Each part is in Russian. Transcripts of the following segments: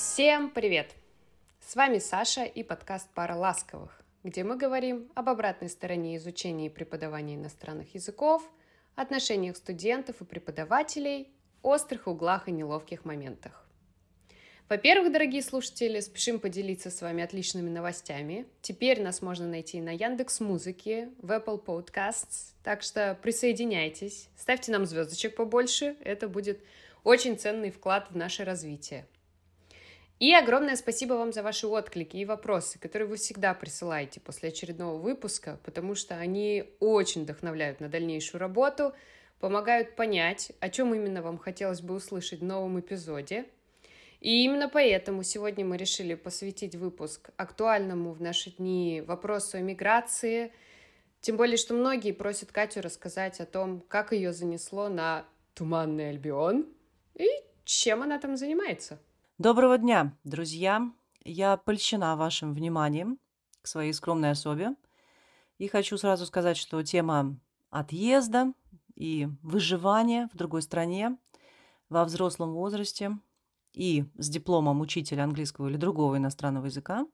Всем привет! С вами Саша и подкаст «Пара ласковых», где мы говорим об обратной стороне изучения и преподавания иностранных языков, отношениях студентов и преподавателей, острых углах и неловких моментах. Во-первых, дорогие слушатели, спешим поделиться с вами отличными новостями. Теперь нас можно найти на Яндекс.Музыке, в Apple Podcasts, так что присоединяйтесь, ставьте нам звездочек побольше, это будет очень ценный вклад в наше развитие. И огромное спасибо вам за ваши отклики и вопросы, которые вы всегда присылаете после очередного выпуска, потому что они очень вдохновляют на дальнейшую работу, помогают понять, о чем именно вам хотелось бы услышать в новом эпизоде. И именно поэтому сегодня мы решили посвятить выпуск актуальному в наши дни вопросу о миграции, тем более, что многие просят Катю рассказать о том, как ее занесло на Туманный Альбион и чем она там занимается. Доброго дня, друзья! Я польщена вашим вниманием к своей скромной особе. И хочу сразу сказать, что тема отъезда и выживания в другой стране во взрослом возрасте и с дипломом учителя английского или другого иностранного языка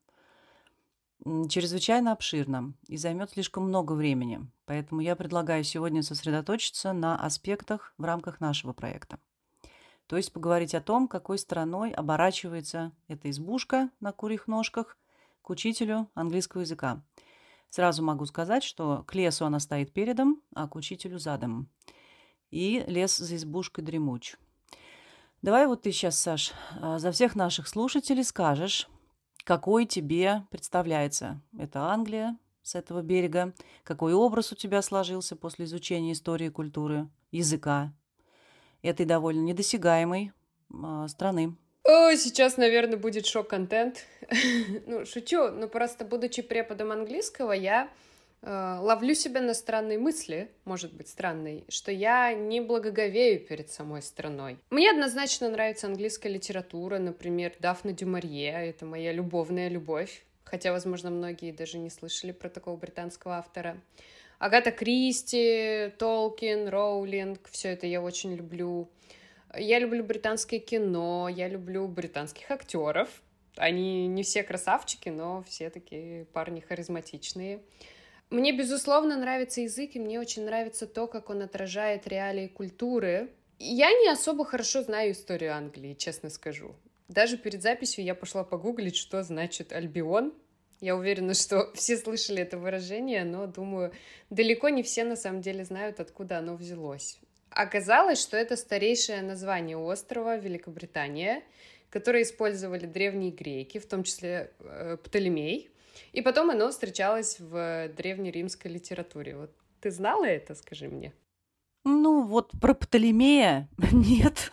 чрезвычайно обширна и займет слишком много времени. Поэтому я предлагаю сегодня сосредоточиться на аспектах в рамках нашего проекта. То есть поговорить о том, какой стороной оборачивается эта избушка на курьих ножках к учителю английского языка. Сразу могу сказать, что к лесу она стоит передом, а к учителю задом. И лес за избушкой дремуч. Давай вот ты сейчас, Саш, за всех наших слушателей скажешь, какой тебе представляется эта Англия с этого берега, какой образ у тебя сложился после изучения истории и культуры, языка этой довольно недосягаемой страны. Сейчас, наверное, будет шок-контент. Ну, шучу, но просто будучи преподом английского, я ловлю себя на странной мысли, может быть, странной, что я не благоговею перед самой страной. Мне однозначно нравится английская литература, например, Дафна Дю Марье, это моя любовная любовь, хотя, возможно, многие даже не слышали про такого британского автора. Агата Кристи, Толкин, Роулинг, все это я очень люблю. Я люблю британское кино, я люблю британских актеров. Они не все красавчики, но все такие парни харизматичные. Мне, безусловно, нравится язык, и мне очень нравится то, как он отражает реалии культуры. Я не особо хорошо знаю историю Англии, честно скажу. Даже перед записью я пошла погуглить, что значит Альбион. Я уверена, что все слышали это выражение, но, думаю, далеко не все на самом деле знают, откуда оно взялось. Оказалось, что это старейшее название острова Великобритания, которое использовали древние греки, в том числе Птолемей, и потом оно встречалось в древнеримской литературе. Вот ты знала это, скажи мне? Ну, вот про Птолемея нет.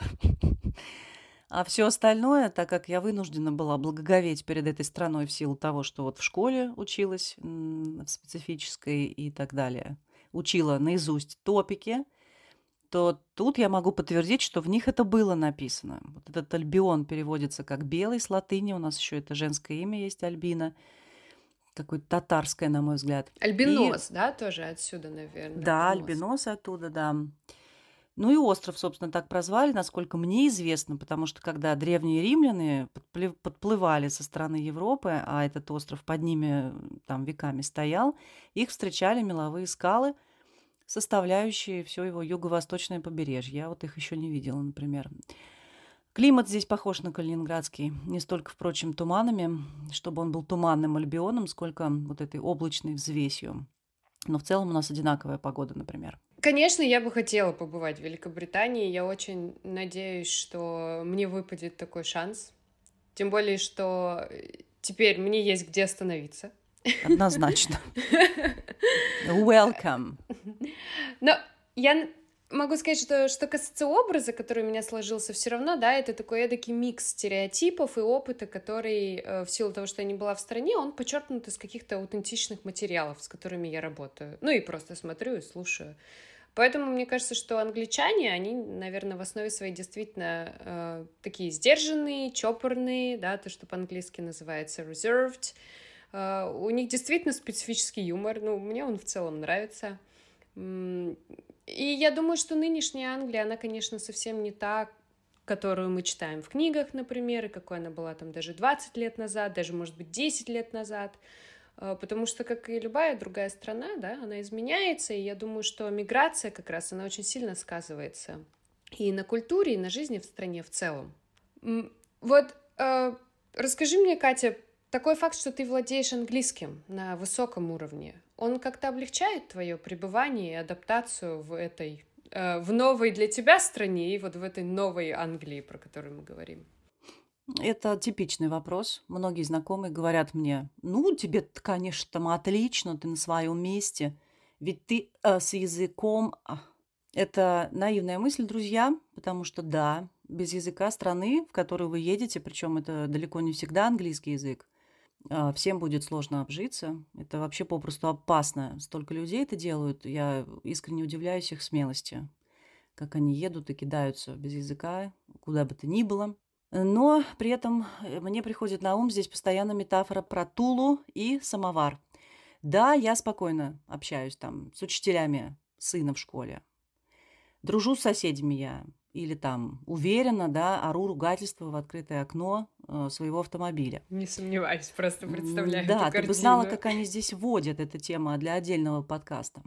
А все остальное, так как я вынуждена была благоговеть перед этой страной в силу того, что вот в школе училась в специфической и так далее, учила наизусть топики, то тут я могу подтвердить, что в них это было написано. Вот этот Альбион переводится как белый с латыни, у нас еще это женское имя есть Альбина, какое-то татарское, на мой взгляд. И Альбинос, да, тоже отсюда, наверное, да, альбинос. альбинос оттуда, да. Ну и остров, собственно, так прозвали, насколько мне известно, потому что когда древние римляне подплывали со стороны Европы, а этот остров под ними там веками стоял, их встречали меловые скалы, составляющие все его юго-восточное побережье. Я вот их еще не видела, например. Климат здесь похож на калининградский. Не столько, впрочем, туманами, чтобы он был туманным альбионом, сколько вот этой облачной взвесью. Но в целом у нас одинаковая погода, например. Конечно, я бы хотела побывать в Великобритании. Я очень надеюсь, что мне выпадет такой шанс. Тем более, что теперь мне есть где остановиться. Однозначно. Welcome. Но я могу сказать, что касается образа, который у меня сложился, все равно, да, это такой эдакий микс стереотипов и опыта, который в силу того, что я не была в стране, он подчеркнут из каких-то аутентичных материалов, с которыми я работаю. Ну и просто смотрю и слушаю. Поэтому мне кажется, что англичане, они, наверное, в основе своей действительно такие сдержанные, чопорные, да, то, что по-английски называется reserved. У них действительно специфический юмор, ну, мне он в целом нравится. И я думаю, что нынешняя Англия, она, конечно, совсем не та, которую мы читаем в книгах, например, и какой она была там даже 20 лет назад, даже, может быть, 10 лет назад. Потому что, как и любая другая страна, да, она изменяется, и я думаю, что миграция как раз, она очень сильно сказывается и на культуре, и на жизни в стране в целом. Вот расскажи мне, Катя, такой факт, что ты владеешь английским на высоком уровне, он как-то облегчает твое пребывание и адаптацию в новой для тебя стране и вот в этой новой Англии, про которую мы говорим? Это типичный вопрос. Многие знакомые говорят мне: ну, тебе, конечно, там отлично, ты на своем месте, ведь ты с языком. Это наивная мысль, друзья, потому что да, без языка страны, в которую вы едете, причем это далеко не всегда английский язык, всем будет сложно обжиться. Это вообще попросту опасно. Столько людей это делают. Я искренне удивляюсь их смелости, как они едут и кидаются без языка, куда бы то ни было. Но при этом мне приходит на ум здесь постоянно метафора про Тулу и самовар. Да, я спокойно общаюсь там с учителями сына в школе. Дружу с соседями я. Или там уверенно, да, ору ругательство в открытое окно своего автомобиля. Не сомневаюсь, просто представляю эту Да, ты бы знала, картину. как они здесь водят эту тему для отдельного подкаста.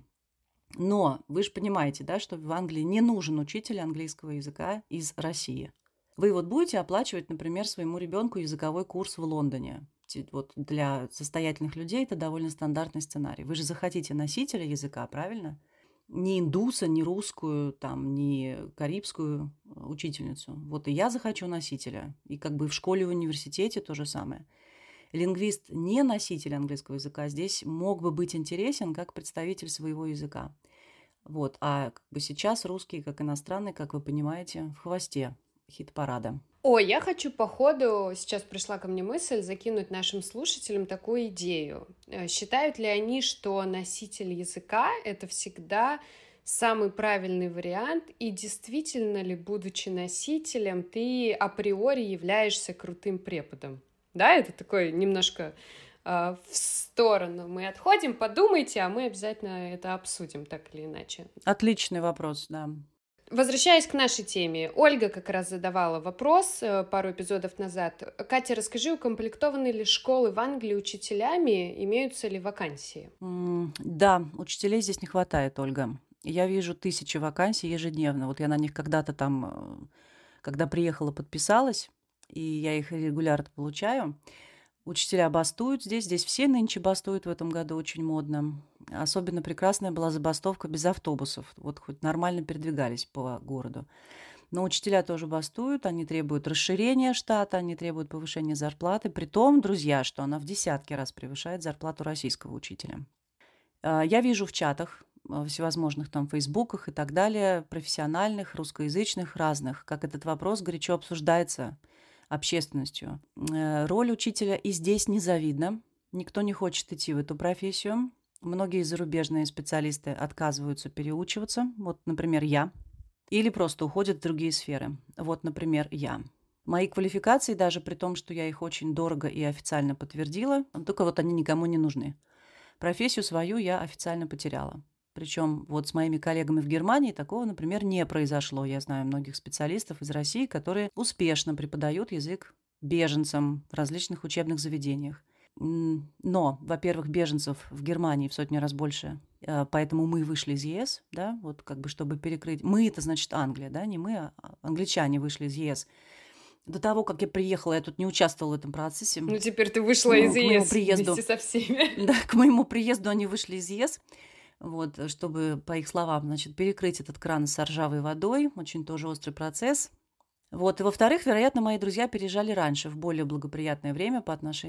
Но вы же понимаете, да, что в Англии не нужен учитель английского языка из России. Вы вот будете оплачивать, например, своему ребенку языковой курс в Лондоне. Вот для состоятельных людей это довольно стандартный сценарий. Вы же захотите носителя языка, правильно? Ни индуса, ни русскую, там, ни карибскую учительницу. Вот и я захочу носителя. И как бы в школе и в университете то же самое. Лингвист, не носитель английского языка, здесь мог бы быть интересен как представитель своего языка. Вот. А как бы сейчас русский, как иностранный, как вы понимаете, в хвосте хит-парада. Ой, я хочу по ходу, сейчас пришла ко мне мысль, закинуть нашим слушателям такую идею. Считают ли они, что носитель языка — это всегда самый правильный вариант, и действительно ли, будучи носителем, ты априори являешься крутым преподом? Да, это такой немножко в сторону мы отходим, подумайте, а мы обязательно это обсудим так или иначе. Отличный вопрос, да. Возвращаясь к нашей теме, Ольга как раз задавала вопрос пару эпизодов назад. Катя, расскажи, укомплектованы ли школы в Англии учителями, имеются ли вакансии? Да, учителей здесь не хватает, Ольга. Я вижу тысячи вакансий ежедневно. Вот я на них когда-то там, когда приехала, подписалась, и я их регулярно получаю. Учителя бастуют здесь все нынче бастуют в этом году, очень модно. Особенно прекрасная была забастовка без автобусов. Вот хоть нормально передвигались по городу. Но учителя тоже бастуют, они требуют расширения штата, они требуют повышения зарплаты. При том, друзья, что она в десятки раз превышает зарплату российского учителя. Я вижу в чатах, всевозможных там фейсбуках и так далее, профессиональных, русскоязычных, разных, как этот вопрос горячо обсуждается общественностью. Роль учителя и здесь незавидна. Никто не хочет идти в эту профессию. Многие зарубежные специалисты отказываются переучиваться. Вот, например, я. Или просто уходят в другие сферы. Вот, например, я. Мои квалификации, даже при том, что я их очень дорого и официально подтвердила, только вот они никому не нужны. Профессию свою я официально потеряла. Причем вот с моими коллегами в Германии такого, например, не произошло. Я знаю многих специалистов из России, которые успешно преподают язык беженцам в различных учебных заведениях. Но, во-первых, беженцев в Германии в сотни раз больше, поэтому мы вышли из ЕС, да, вот как бы чтобы перекрыть. Мы — это значит Англия, да, не мы, а англичане вышли из ЕС. До того, как я приехала, я тут не участвовала в этом процессе. Ну, теперь ты вышла из ЕС приезду, вместе со всеми. Да, к моему приезду они вышли из ЕС, вот, чтобы, по их словам, значит, перекрыть этот кран с ржавой водой. Очень тоже острый процесс. Вот. И, во-вторых, вероятно, мои друзья переезжали раньше, в более благоприятное время,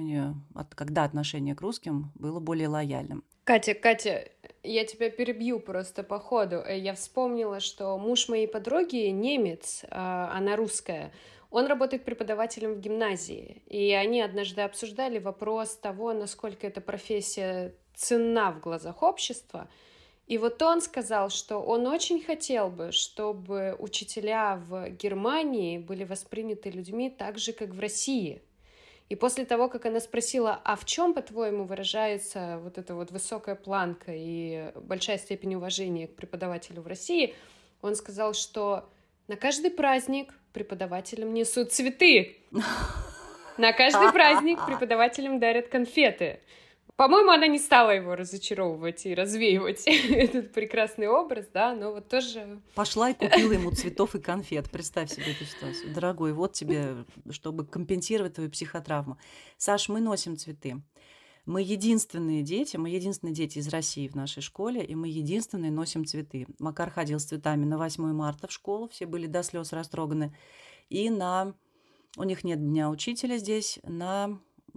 когда отношение к русским было более лояльным. Катя, я тебя перебью просто по ходу. Я вспомнила, что муж моей подруги немец, она русская. Он работает преподавателем в гимназии. И они однажды обсуждали вопрос того, насколько эта профессия ценна в глазах общества. И вот он сказал, что он очень хотел бы, чтобы учителя в Германии были восприняты людьми так же, как в России. И после того, как она спросила, а в чем, по-твоему, выражается вот эта вот высокая планка и большая степень уважения к преподавателю в России, он сказал, что на каждый праздник преподавателям несут цветы. На каждый праздник преподавателям дарят конфеты. По-моему, она не стала его разочаровывать и развеивать этот прекрасный образ, да, но вот тоже... Пошла и купила ему цветов и конфет. Представь себе эту ситуацию. Дорогой, вот тебе, чтобы компенсировать твою психотравму. Саш, мы носим цветы. Мы единственные дети из России в нашей школе, и мы единственные носим цветы. Макар ходил с цветами на 8 марта в школу, все были до слез растроганы. И у них нет Дня учителя здесь, на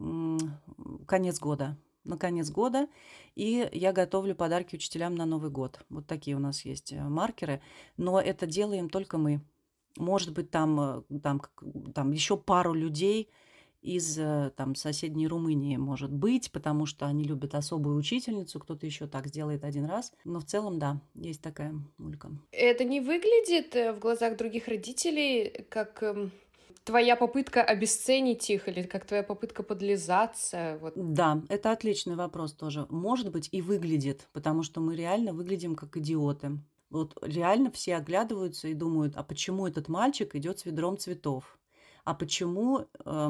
конец года. На конец года, и я готовлю подарки учителям на Новый год. Вот такие у нас есть маркеры, но это делаем только мы. Может быть, там еще пару людей из соседней Румынии, может быть, потому что они любят особую учительницу, кто-то еще так сделает один раз. Но в целом, да, есть такая мулька. Это не выглядит в глазах других родителей как... твоя попытка обесценить их или как твоя попытка подлизаться? Вот. Да, это отличный вопрос тоже. Может быть, и выглядит, потому что мы реально выглядим как идиоты. Вот реально все оглядываются и думают, а почему этот мальчик идет с ведром цветов? А почему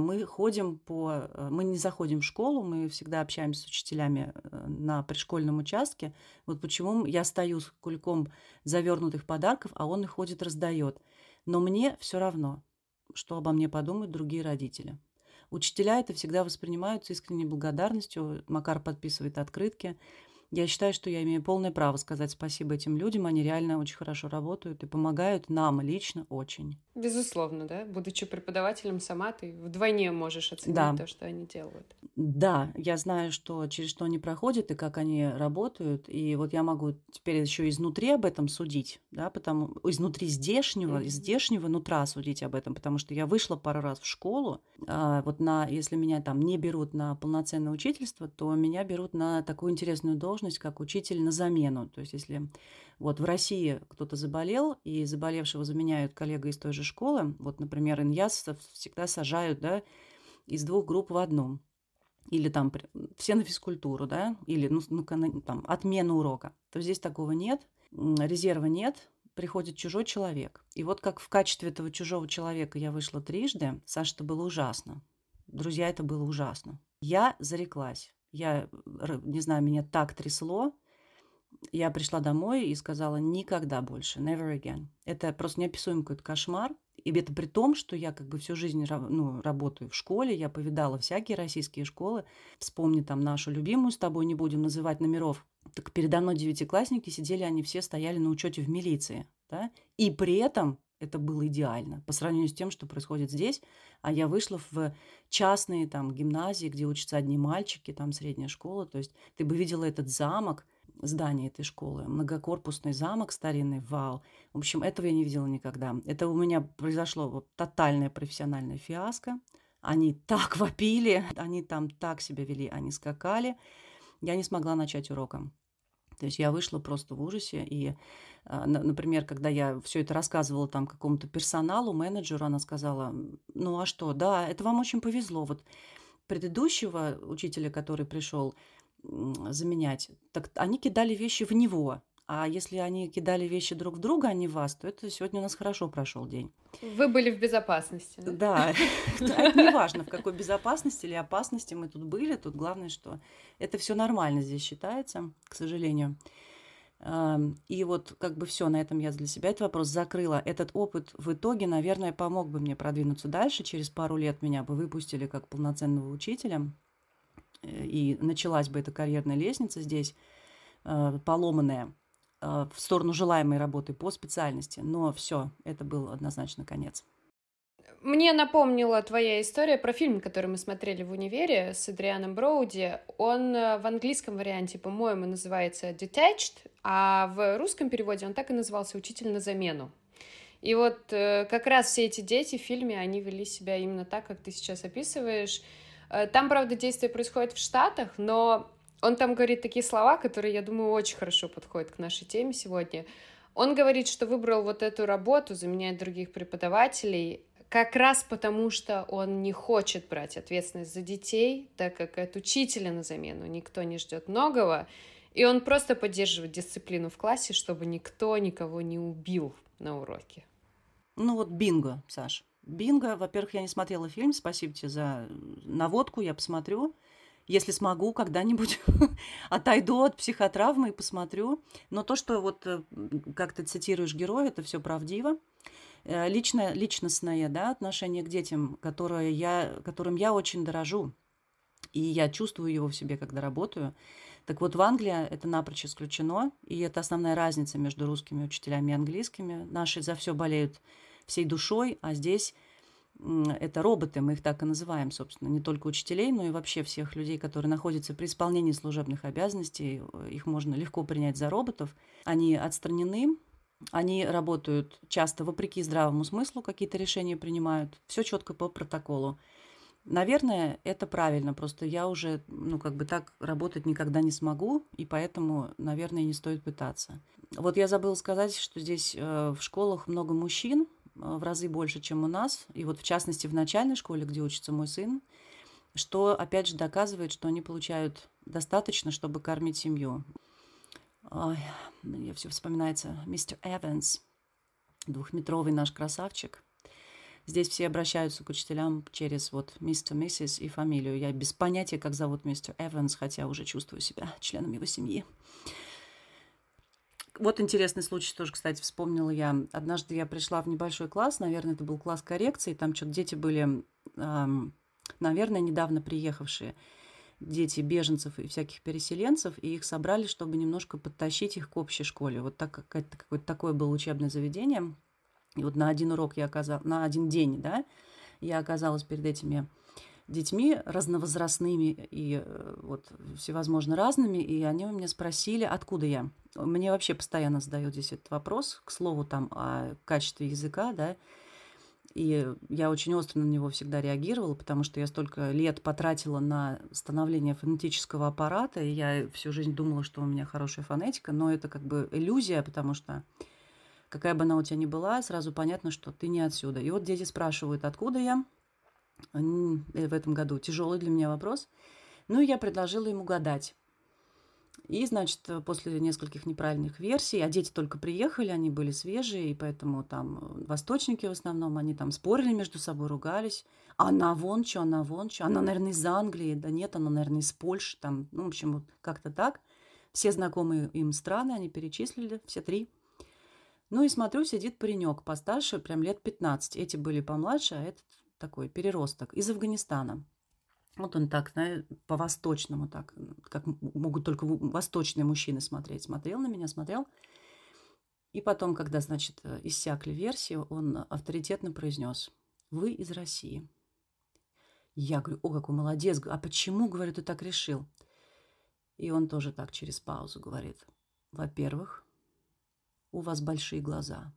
мы не заходим в школу, мы всегда общаемся с учителями на пришкольном участке. Вот почему я стою с кульком завернутых подарков, а он их ходит, раздает. Но мне все равно, что обо мне подумают другие родители. Учителя это всегда воспринимают с искренней благодарностью. Макар подписывает открытки. Я считаю, что я имею полное право сказать спасибо этим людям. Они реально очень хорошо работают и помогают нам лично очень. Безусловно, да? Будучи преподавателем сама, ты вдвойне можешь оценить то, что они делают. Да, я знаю, через что они проходят и как они работают. И вот я могу теперь еще изнутри об этом судить, да, изнутри из здешнего нутра судить об этом, потому что я вышла пару раз в школу. Если меня там не берут на полноценное учительство, то меня берут на такую интересную должность, как учитель на замену. То есть если вот в России кто-то заболел, и заболевшего заменяют коллега из той же школы, вот, например, иньясов всегда сажают, да, из 2 групп в одну. Или там все на физкультуру, да, или отмена урока. То здесь такого нет, резерва нет, приходит чужой человек. И вот как в качестве этого чужого человека я вышла трижды, Саша, это было ужасно. Друзья, это было ужасно. Я зареклась. Я не знаю, меня так трясло. Я пришла домой и сказала: никогда больше, never again. Это просто неописуемый какой-то кошмар. И это при том, что я как бы всю жизнь работаю в школе, я повидала всякие российские школы. Вспомни там нашу любимую, с тобой не будем называть номеров. Так передо мной 9-классники сидели, они все стояли на учете в милиции. Да? И при этом это было идеально по сравнению с тем, что происходит здесь. А я вышла в частные там гимназии, где учатся одни мальчики, там средняя школа. То есть ты бы видела этот замок, здание этой школы, многокорпусный замок старинный, вау. В общем, этого я не видела никогда. Это у меня произошло вот тотальное профессиональное фиаско. Они так вопили, они там так себя вели, они скакали. Я не смогла начать уроком. То есть я вышла просто в ужасе. И, например, когда я все это рассказывала там какому-то персоналу, менеджеру, она сказала: ну а что, да, это вам очень повезло. Вот предыдущего учителя, который пришел заменять, так они кидали вещи в него. А если они кидали вещи друг в друга, а не в вас, то это сегодня у нас хорошо прошел день. Вы были в безопасности. Да, это не важно, в какой безопасности или опасности мы тут были. Тут главное, что это все нормально здесь считается, к сожалению. И вот как бы все, на этом я для себя этот вопрос закрыла. Этот опыт в итоге, наверное, помог бы мне продвинуться дальше. Через пару лет меня бы выпустили как полноценного учителя. И началась бы эта карьерная лестница здесь, поломанная, в сторону желаемой работы по специальности. Но все, это был однозначно конец. Мне напомнила твоя история про фильм, который мы смотрели в универе с Эдрианом Броуди. Он в английском варианте, по-моему, называется Detached, а в русском переводе он так и назывался «Учитель на замену». И вот как раз все эти дети в фильме, они вели себя именно так, как ты сейчас описываешь. Там, правда, действие происходит в Штатах, но он там говорит такие слова, которые, я думаю, очень хорошо подходят к нашей теме сегодня. Он говорит, что выбрал вот эту работу, заменять других преподавателей, как раз потому, что он не хочет брать ответственность за детей, так как от учителя на замену никто не ждет многого, и он просто поддерживает дисциплину в классе, чтобы никто никого не убил на уроке. Ну вот «Бинго», Саш. «Бинго», во-первых, я не смотрела фильм, спасибо тебе за наводку, я посмотрю. Если смогу, когда-нибудь отойду от психотравмы и посмотрю. Но то, что вот, как ты цитируешь героя, это все правдиво. Личностное, да, отношение к детям, которым я очень дорожу, и я чувствую его в себе, когда работаю. Так вот, в Англии это напрочь исключено, и это основная разница между русскими учителями и английскими. Наши за все болеют всей душой, а здесь это роботы, мы их так и называем, собственно, не только учителей, но и вообще всех людей, которые находятся при исполнении служебных обязанностей. Их можно легко принять за роботов. Они отстранены, они работают часто вопреки здравому смыслу, какие-то решения принимают. Все четко по протоколу. Наверное, это правильно, просто я уже, ну, как бы так работать никогда не смогу, и поэтому, наверное, не стоит пытаться. Вот я забыла сказать, что здесь в школах много мужчин, в разы больше, чем у нас, и вот в частности в начальной школе, где учится мой сын, что опять же доказывает, что они получают достаточно, чтобы кормить семью. Ой, мне все вспоминается мистер Эванс, двухметровый наш красавчик. Здесь все обращаются к учителям через вот мистер, миссис и фамилию. Я без понятия, как зовут мистер Эванс, хотя уже чувствую себя членом его семьи. Вот интересный случай тоже, кстати, вспомнила я. Однажды я пришла в небольшой класс, наверное, это был класс коррекции, там что-то дети были, наверное, недавно приехавшие, дети беженцев и всяких переселенцев, и их собрали, чтобы немножко подтащить их к общей школе. Вот так как это какое-то такое было учебное заведение. И вот на один урок на один день, да, я оказалась перед этими детьми разновозрастными и вот всевозможно разными, и они у меня спросили, откуда я. Мне вообще постоянно задают здесь этот вопрос, к слову, там о качестве языка, да, и я очень остро на него всегда реагировала, потому что я столько лет потратила на становление фонетического аппарата, и я всю жизнь думала, что у меня хорошая фонетика, но это как бы иллюзия, потому что какая бы она у тебя ни была, сразу понятно, что ты не отсюда. И вот дети спрашивают, откуда я. В этом году тяжелый для меня вопрос. Ну, и я предложила им угадать. И, значит, после нескольких неправильных версий, а дети только приехали, они были свежие, и поэтому там восточники в основном, они там спорили между собой, ругались. Она вон что, она вон что. Она, наверное, из Англии. Да нет, она, наверное, из Польши. Там, ну, в общем, вот как-то так. Все знакомые им страны они перечислили, все 3. Ну и смотрю, сидит паренек постарше, прям лет 15. Эти были помладше, а этот такой переросток из Афганистана. Вот он так, по-восточному так, как могут только восточные мужчины смотреть. Смотрел на меня, смотрел. И потом, когда, значит, иссякли версии, он авторитетно произнес: «Вы из России». Я говорю: «О, какой молодец! А почему, говорю, ты так решил?» И он тоже так через паузу говорит: «Во-первых, у вас большие глаза.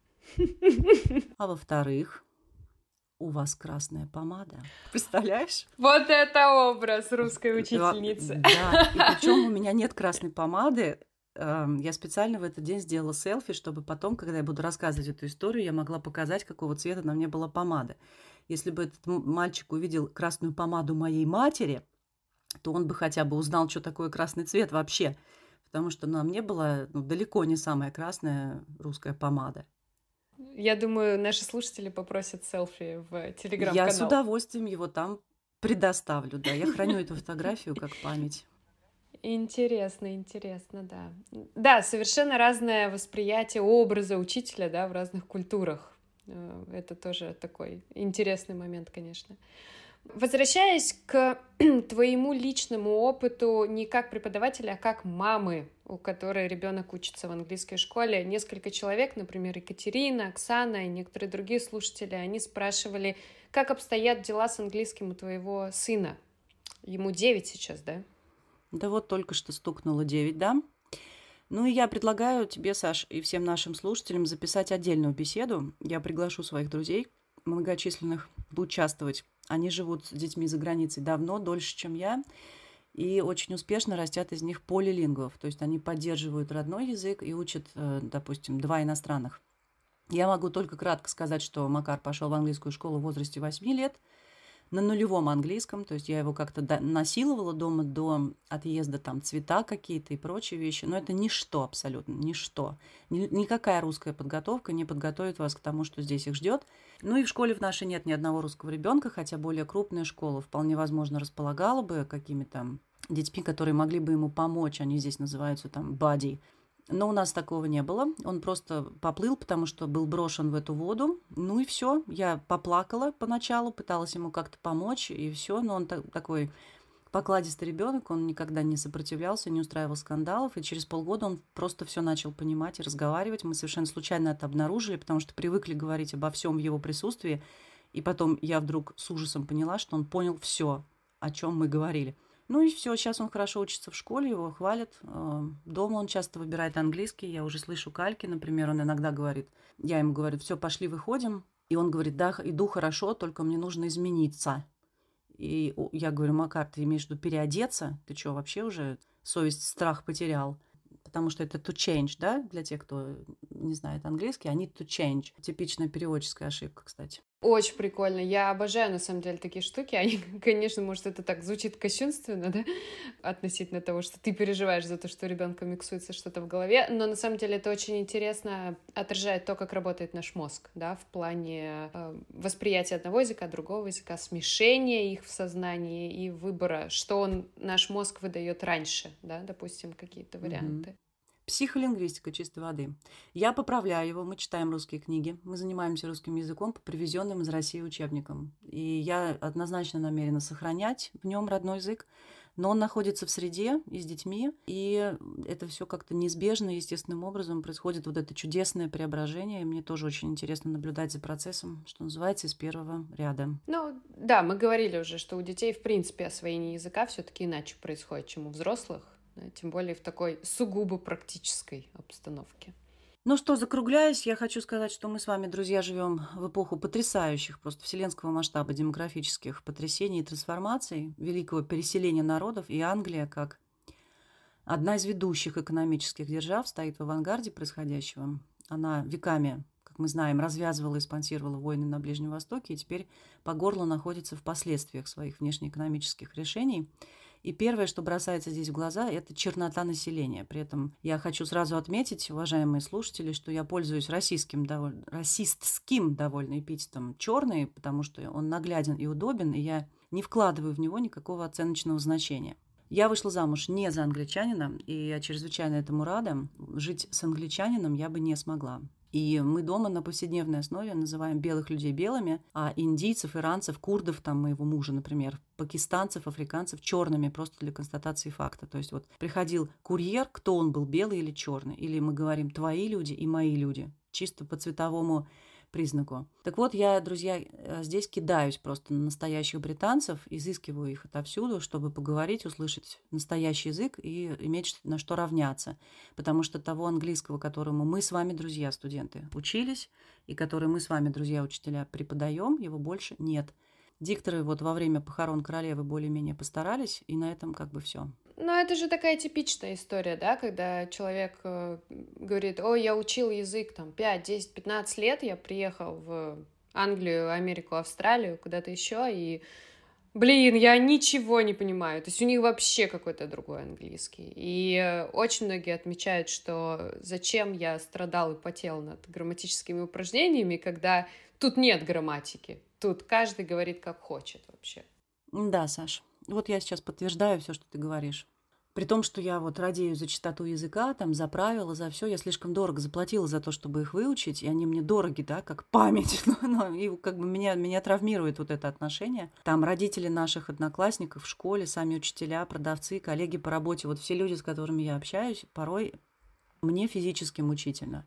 А во-вторых, у вас красная помада». Представляешь? Вот это образ русской учительницы. Да, и причем у меня нет красной помады. Я специально в этот день сделала селфи, чтобы потом, когда я буду рассказывать эту историю, я могла показать, какого цвета на мне была помада. Если бы этот мальчик увидел красную помаду моей матери, то он бы хотя бы узнал, что такое красный цвет вообще. Потому что на мне была далеко не самая красная русская помада. Я думаю, наши слушатели попросят селфи в телеграм-канал. Я с удовольствием его там предоставлю, да. Я храню эту фотографию как память. Интересно, интересно, да. Да, совершенно разное восприятие образа учителя, да, в разных культурах. Это тоже такой интересный момент, конечно. Возвращаясь к твоему личному опыту не как преподавателя, а как мамы, у которой ребенок учится в английской школе, несколько человек, например, Екатерина, Оксана и некоторые другие слушатели, они спрашивали, как обстоят дела с английским у твоего сына. Ему 9 сейчас, да? Да вот только что стукнуло 9, да? Ну и я предлагаю тебе, Саш, и всем нашим слушателям записать отдельную беседу. Я приглашу своих друзей многочисленных участвовать. Они живут с детьми за границей давно, дольше, чем я, и очень успешно растят из них полилингвов. То есть они поддерживают родной язык и учат, допустим, 2 иностранных. Я могу только кратко сказать, что Макар пошел в английскую школу в возрасте 8 лет. на нулевом английском, то есть я его как-то насиловала дома до отъезда, там цвета какие-то и прочие вещи, но это ничто абсолютно, ничто. Никакая русская подготовка не подготовит вас к тому, что здесь их ждет. Ну и в школе в нашей нет ни одного русского ребенка, хотя более крупная школа вполне возможно располагала бы какими-то детьми, которые могли бы ему помочь, они здесь называются там buddy. Но у нас такого не было. Он просто поплыл, потому что был брошен в эту воду. Ну и все. Я поплакала поначалу, пыталась ему как-то помочь, и все. Но он такой покладистый ребенок, он никогда не сопротивлялся, не устраивал скандалов. И через полгода он просто все начал понимать и разговаривать. Мы совершенно случайно это обнаружили, потому что привыкли говорить обо всем в его присутствии. И потом я вдруг с ужасом поняла, что он понял все, о чем мы говорили. Ну и все, сейчас он хорошо учится в школе, его хвалят. Дома он часто выбирает английский. Я уже слышу кальки, например, он иногда говорит, я ему говорю, все, пошли, выходим. И он говорит, да, иду хорошо, только мне нужно измениться. И я говорю, Макар, ты имеешь в виду переодеться? Ты что, вообще уже совесть, страх потерял? Потому что это to change, да, для тех, кто не знает английский, I need to change. Типичная переводческая ошибка, кстати. Очень прикольно. Я обожаю, на самом деле, такие штуки. Они, конечно, может, это так звучит кощунственно, да, относительно того, что ты переживаешь за то, что у ребенка миксуется что-то в голове, но на самом деле это очень интересно отражает то, как работает наш мозг, да, в плане восприятия одного языка, другого языка, смешения их в сознании и выбора, что наш мозг выдает раньше, да, допустим, какие-то варианты. Психолингвистика чистой воды. Я поправляю его, мы читаем русские книги, мы занимаемся русским языком по привезенным из России учебникам. И я однозначно намерена сохранять в нем родной язык, но он находится в среде и с детьми, и это все как-то неизбежно, естественным образом происходит вот это чудесное преображение, и мне тоже очень интересно наблюдать за процессом, что называется, из первого ряда. Ну, да, мы говорили уже, что у детей, в принципе, освоение языка все-таки иначе происходит, чем у взрослых. Тем более в такой сугубо практической обстановке. Ну что, закругляясь, я хочу сказать, что мы с вами, друзья, живем в эпоху потрясающих, просто вселенского масштаба демографических потрясений и трансформаций, великого переселения народов, и Англия, как одна из ведущих экономических держав, стоит в авангарде происходящего. Она веками, как мы знаем, развязывала и спонсировала войны на Ближнем Востоке, и теперь по горло находится в последствиях своих внешнеэкономических решений. И первое, что бросается здесь в глаза, это чернота населения. При этом я хочу сразу отметить, уважаемые слушатели, что я пользуюсь расистским довольно эпитетом «черный», потому что он нагляден и удобен, и я не вкладываю в него никакого оценочного значения. Я вышла замуж не за англичанина, и я чрезвычайно этому рада. Жить с англичанином я бы не смогла. И мы дома на повседневной основе называем белых людей белыми, а индийцев, иранцев, курдов, там моего мужа, например, пакистанцев, африканцев черными, просто для констатации факта. То есть вот приходил курьер, кто он был, белый или черный, или мы говорим твои люди и мои люди, чисто по цветовому признаку. Так вот, я, друзья, здесь кидаюсь просто на настоящих британцев, изыскиваю их отовсюду, чтобы поговорить, услышать настоящий язык и иметь на что равняться. Потому что того английского, которому мы с вами, друзья, студенты, учились, и который мы с вами, друзья, учителя, преподаем, его больше нет. Дикторы вот во время похорон королевы более-менее постарались, и на этом как бы все. Ну, это же такая типичная история, да, когда человек говорит, ой, я учил язык там 5, 10, 15 лет, я приехал в Англию, Америку, Австралию, куда-то еще, и, блин, я ничего не понимаю, то есть у них вообще какой-то другой английский. И очень многие отмечают, что зачем я страдал и потел над грамматическими упражнениями, когда тут нет грамматики, тут каждый говорит как хочет вообще. Да, Саш. Вот я сейчас подтверждаю все, что ты говоришь. При том, что я вот радею за чистоту языка, там, за правила, за все, я слишком дорого заплатила за то, чтобы их выучить, и они мне дороги, да, как память. И как бы меня травмирует вот это отношение. Там родители наших одноклассников в школе, сами учителя, продавцы, коллеги по работе, вот все люди, с которыми я общаюсь, порой мне физически мучительно.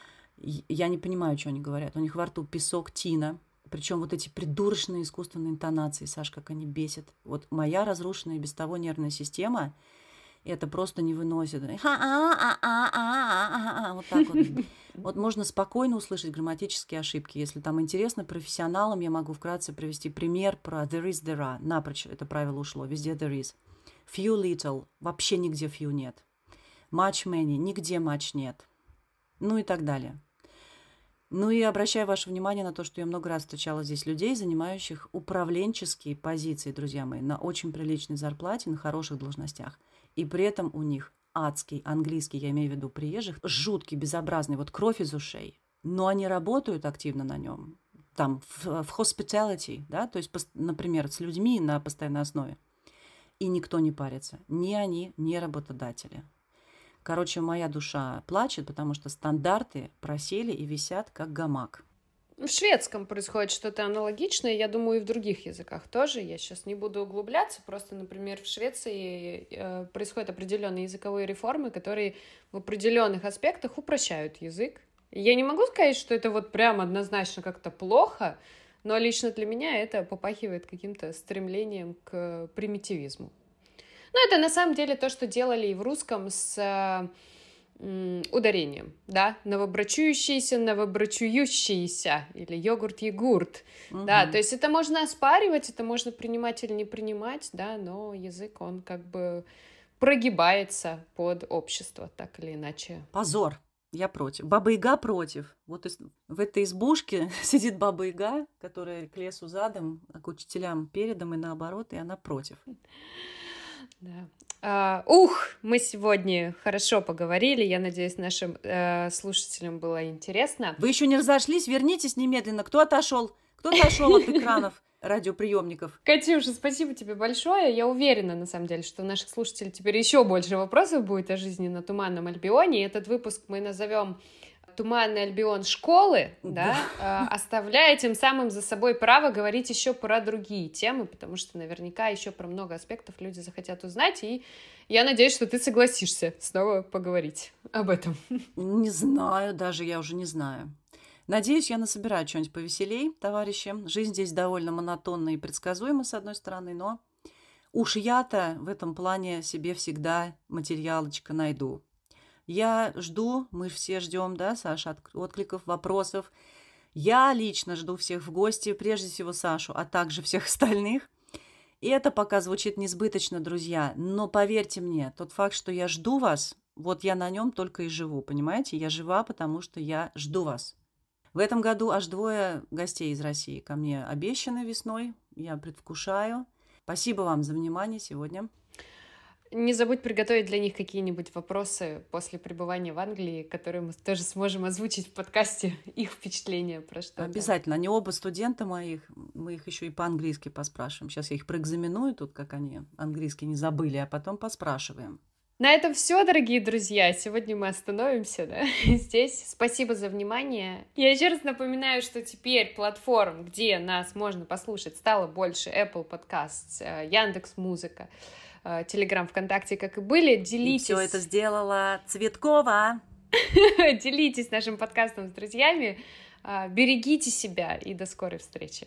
Я не понимаю, что они говорят. У них во рту песок, тина. Причем вот эти придурочные искусственные интонации, Саш, как они бесят. Вот моя разрушенная без того нервная система, это просто не выносит. Вот так вот. Вот можно спокойно услышать грамматические ошибки. Если там интересно профессионалам, я могу вкратце привести пример про there is, there are. Напрочь это правило ушло. Везде there is. Few, little. Вообще нигде few нет. Much, many. Нигде much нет. Ну и так далее. Ну и обращаю ваше внимание на то, что я много раз встречала здесь людей, занимающих управленческие позиции, друзья мои, на очень приличной зарплате, на хороших должностях. И при этом у них адский английский, я имею в виду приезжих, жуткий, безобразный, вот кровь из ушей. Но они работают активно на нем, там, в hospitality, да, то есть, например, с людьми на постоянной основе. И никто не парится, ни они, ни работодатели. Короче, моя душа плачет, потому что стандарты просели и висят, как гамак. В шведском происходит что-то аналогичное, я думаю, и в других языках тоже. Я сейчас не буду углубляться, просто, например, в Швеции происходят определенные языковые реформы, которые в определенных аспектах упрощают язык. Я не могу сказать, что это вот прям однозначно как-то плохо, но лично для меня это попахивает каким-то стремлением к примитивизму. Ну, это на самом деле то, что делали и в русском с ударением, да, новобрачующиеся, новобрачующиеся, или йогурт-егурт, да, то есть это можно оспаривать, это можно принимать или не принимать, да, но язык, он как бы прогибается под общество, так или иначе. Позор. Я против. Баба-Яга против. Вот в этой избушке сидит Баба-Яга, которая к лесу задом, а к учителям передом и наоборот, и она против. Да. Мы сегодня хорошо поговорили. Я надеюсь, нашим слушателям было интересно. Вы еще не разошлись? Вернитесь немедленно. Кто отошел? Кто отошел от экранов радиоприемников? Катюша, спасибо тебе большое. Я уверена, на самом деле, что у наших слушателей теперь еще больше вопросов будет о жизни на Туманном Альбионе. И этот выпуск мы назовем «Туманный Альбион школы», да, оставляя тем самым за собой право говорить еще про другие темы, потому что наверняка еще про много аспектов люди захотят узнать, и я надеюсь, что ты согласишься снова поговорить об этом. Не знаю, даже я уже не знаю. Надеюсь, я насобираю что-нибудь повеселей, товарищи. Жизнь здесь довольно монотонна и предсказуема, с одной стороны, но уж я-то в этом плане себе всегда материалочка найду. Я жду, мы все ждем, да, Саша, откликов, вопросов. Я лично жду всех в гости, прежде всего Сашу, а также всех остальных. И это пока звучит несбыточно, друзья, но поверьте мне, тот факт, что я жду вас, вот я на нем только и живу, понимаете? Я жива, потому что я жду вас. В этом году аж 2 гостей из России ко мне обещаны весной, я предвкушаю. Спасибо вам за внимание сегодня. Не забудь приготовить для них какие-нибудь вопросы после пребывания в Англии, которые мы тоже сможем озвучить в подкасте, их впечатления про что-то. Обязательно. Они оба студенты моих, мы их еще и по-английски поспрашиваем. Сейчас я их проэкзаменую тут, как они английский не забыли, а потом поспрашиваем. На этом все, дорогие друзья. Сегодня мы остановимся, да, здесь. Спасибо за внимание. Я еще раз напоминаю, что теперь платформ, где нас можно послушать, стало больше. Apple Podcasts, Яндекс.Музыка, Телеграм, ВКонтакте, как и были. Делитесь. И все это сделала Цветкова. Делитесь нашим подкастом с друзьями. Берегите себя и до скорой встречи.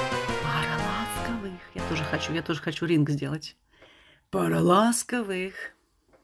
Я тоже хочу ринг сделать. Пара ласковых.